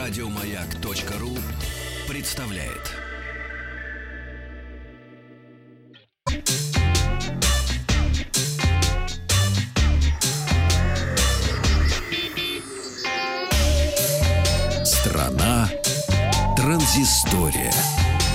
Радиомаяк.ру представляет. Страна транзистория.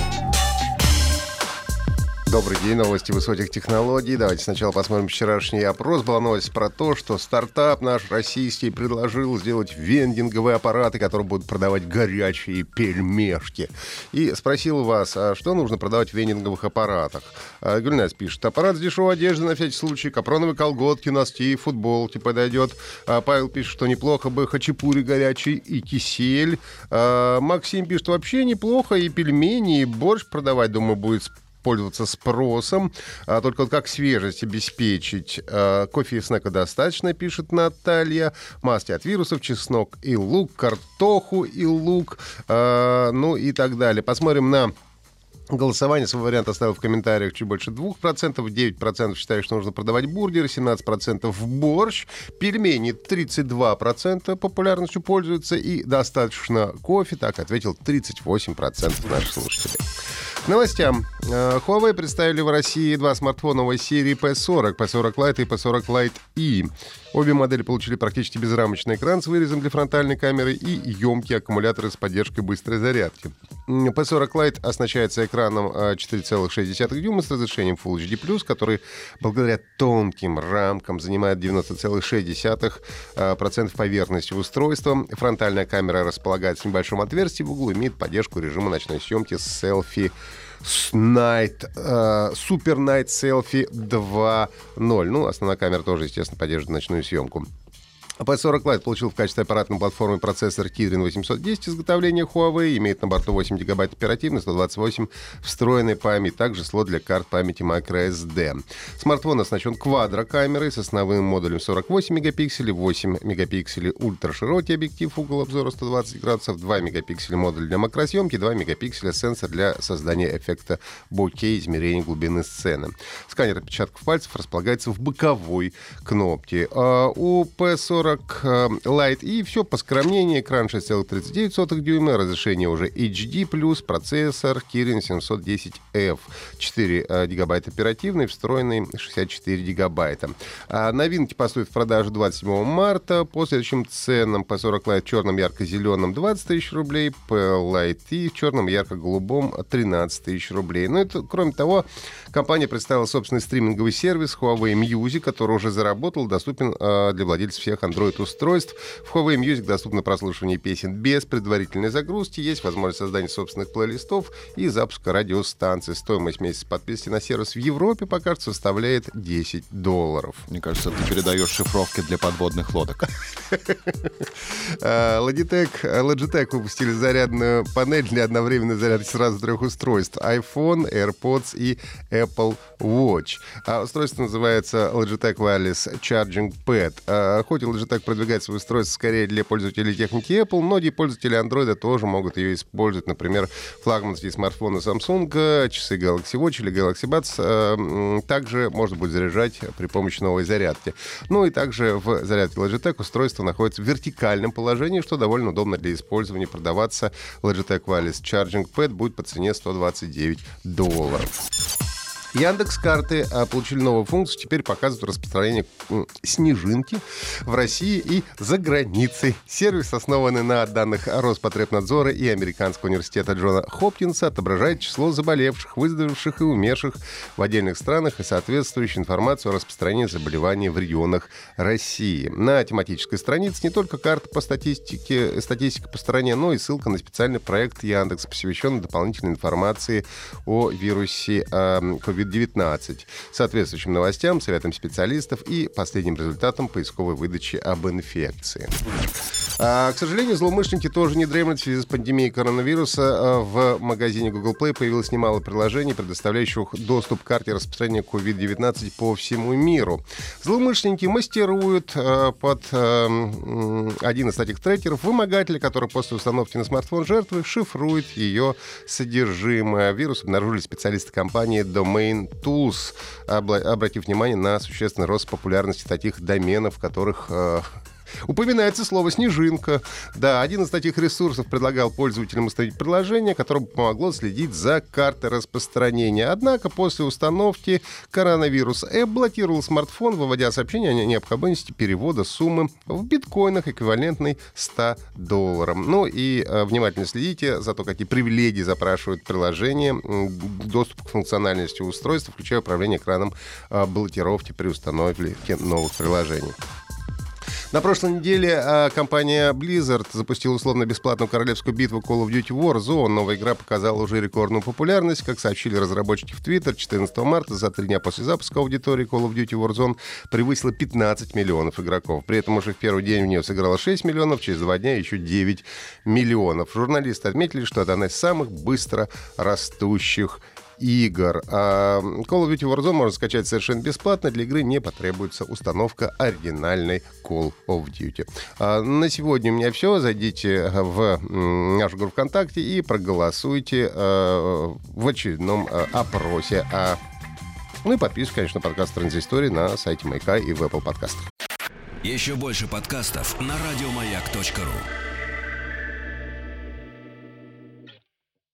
Добрый день, новости высоких технологий. Давайте сначала посмотрим вчерашний опрос. Была новость про то, что стартап наш российский предложил сделать вендинговые аппараты, которые будут продавать горячие пельмешки. И спросил вас, а что нужно продавать в вендинговых аппаратах? Гульнас пишет: аппарат с дешевой одежды на всякий случай, капроновые колготки, носки, футболки подойдет. Павел пишет, что неплохо бы хачапури горячий и кисель. Максим пишет, вообще неплохо и пельмени, и борщ продавать, думаю, будет пользоваться спросом. Только вот как свежесть обеспечить? Кофе и снека достаточно, пишет Наталья. Маски от вирусов, чеснок и лук, картоху и лук, ну и так далее. Посмотрим на голосование. Свой вариант оставил в комментариях чуть больше 2%. 9% считают, что нужно продавать бургеры, 17% борщ. Пельмени 32% популярностью пользуются. И достаточно кофе, так ответил 38% наших слушателей. К новостям. Huawei представили в России два смартфона новой серии P40. P40 Lite и P40 Lite E. Обе модели получили практически безрамочный экран с вырезом для фронтальной камеры и емкие аккумуляторы с поддержкой быстрой зарядки. P40 Lite оснащается экраном 4,6 дюйма с разрешением Full HD+, который благодаря тонким рамкам занимает 90,6% поверхности устройства. Фронтальная камера располагается в небольшом отверстии в углу, имеет поддержку режима ночной съемки с селфи Super Night Selfie 2.0. Ну, основная камера тоже, естественно, поддерживает ночную съемку. P40 Lite получил в качестве аппаратной платформы процессор Kirin 810 изготовления Huawei, имеет на борту 8 гигабайт оперативной, 128 встроенной памяти, также слот для карт памяти microSD. Смартфон оснащен квадрокамерой с основным модулем 48 мегапикселей, 8 мегапикселей ультраширокий объектив, угол обзора 120 градусов, 2 мегапикселя модуль для макросъемки, 2 мегапикселя сенсор для создания эффекта боке, измерения глубины сцены. Сканер отпечатков пальцев располагается в боковой кнопке. У P40 Lite и все поскромнее. Экран 6,39 дюйма, разрешение уже HD+, процессор Kirin 710F, 4 гигабайта оперативной, встроенный 64 гигабайта. Новинки поступят в продажу 27 марта. По следующим ценам: P40 Lite в черном ярко-зеленом 20 тысяч рублей, P-Lite и в черном ярко-голубом 13 тысяч рублей. Ну, это, кроме того, компания представила собственный стриминговый сервис Huawei Music, который уже заработал, доступен для владельцев всех Android-устройств. В Huawei Music доступно прослушивание песен без предварительной загрузки, есть возможность создания собственных плейлистов и запуска радиостанций. Стоимость месяца подписки на сервис в Европе пока что составляет $10. Мне кажется, ты передаешь шифровки для подводных лодок. Logitech выпустили зарядную панель для одновременной зарядки сразу трех устройств: iPhone, AirPods и Apple Watch. Устройство называется Logitech Wireless Charging Pad. Хоть и Logitech продвигает свое устройство скорее для пользователей техники Apple, многие пользователи Android тоже могут ее использовать. Например, флагманские смартфоны Samsung, часы Galaxy Watch или Galaxy Buds также можно будет заряжать при помощи новой зарядки. Ну и также в зарядке Logitech устройство находится в вертикальном положении, что довольно удобно для использования. Продаваться Logitech Wireless Charging Pad будет по цене $129. Яндекс.Карты получили новую функцию. Теперь показывают распространение снежинки в России и за границей. Сервис, основанный на данных Роспотребнадзора и Американского университета Джона Хопкинса, отображает число заболевших, выздоровевших и умерших в отдельных странах и соответствующую информацию о распространении заболеваний в регионах России. На тематической странице не только карта по статистика по стране, но и ссылка на специальный проект Яндекса, посвященный дополнительной информации о вирусе COVID-19, соответствующим новостям, советам специалистов и последним результатам поисковой выдачи об инфекции. К сожалению, злоумышленники тоже не дремлют. В связи с пандемией коронавируса в магазине Google Play появилось немало приложений, предоставляющих доступ к карте распространения COVID-19 по всему миру. Злоумышленники мастеруют под один из этих трекеров вымогателя, который после установки на смартфон жертвы шифрует ее содержимое. Вирус обнаружили специалисты компании Domain Tools, обратив внимание на существенный рост популярности таких доменов, в которых Упоминается слово «снежинка». Да, один из таких ресурсов предлагал пользователям установить приложение, которое помогло следить за картой распространения. Однако после установки коронавирус App блокировал смартфон, выводя сообщение о необходимости перевода суммы в биткоинах, эквивалентной $100. Ну и внимательно следите за то, какие привилегии запрашивают приложение, доступ к функциональности устройства, включая управление экраном, баллотировки при установке новых приложений. На прошлой неделе компания Blizzard запустила условно-бесплатную королевскую битву Call of Duty Warzone. Новая игра показала уже рекордную популярность. Как сообщили разработчики в Twitter, 14 марта, за 3 дня после запуска, аудитории Call of Duty Warzone превысила 15 миллионов игроков. При этом уже в первый день в нее сыграло 6 миллионов, через 2 дня еще 9 миллионов. Журналисты отметили, что это одна из самых быстро растущих игр. Call of Duty Warzone можно скачать совершенно бесплатно. Для игры не потребуется установка оригинальной Call of Duty. На сегодня у меня все. Зайдите в нашу группу ВКонтакте и проголосуйте в очередном опросе. Ну и подписывайтесь, конечно, на подкаст «Транзистория» на сайте Маяка и в Apple подкастах. Еще больше подкастов на радиомаяк.ру.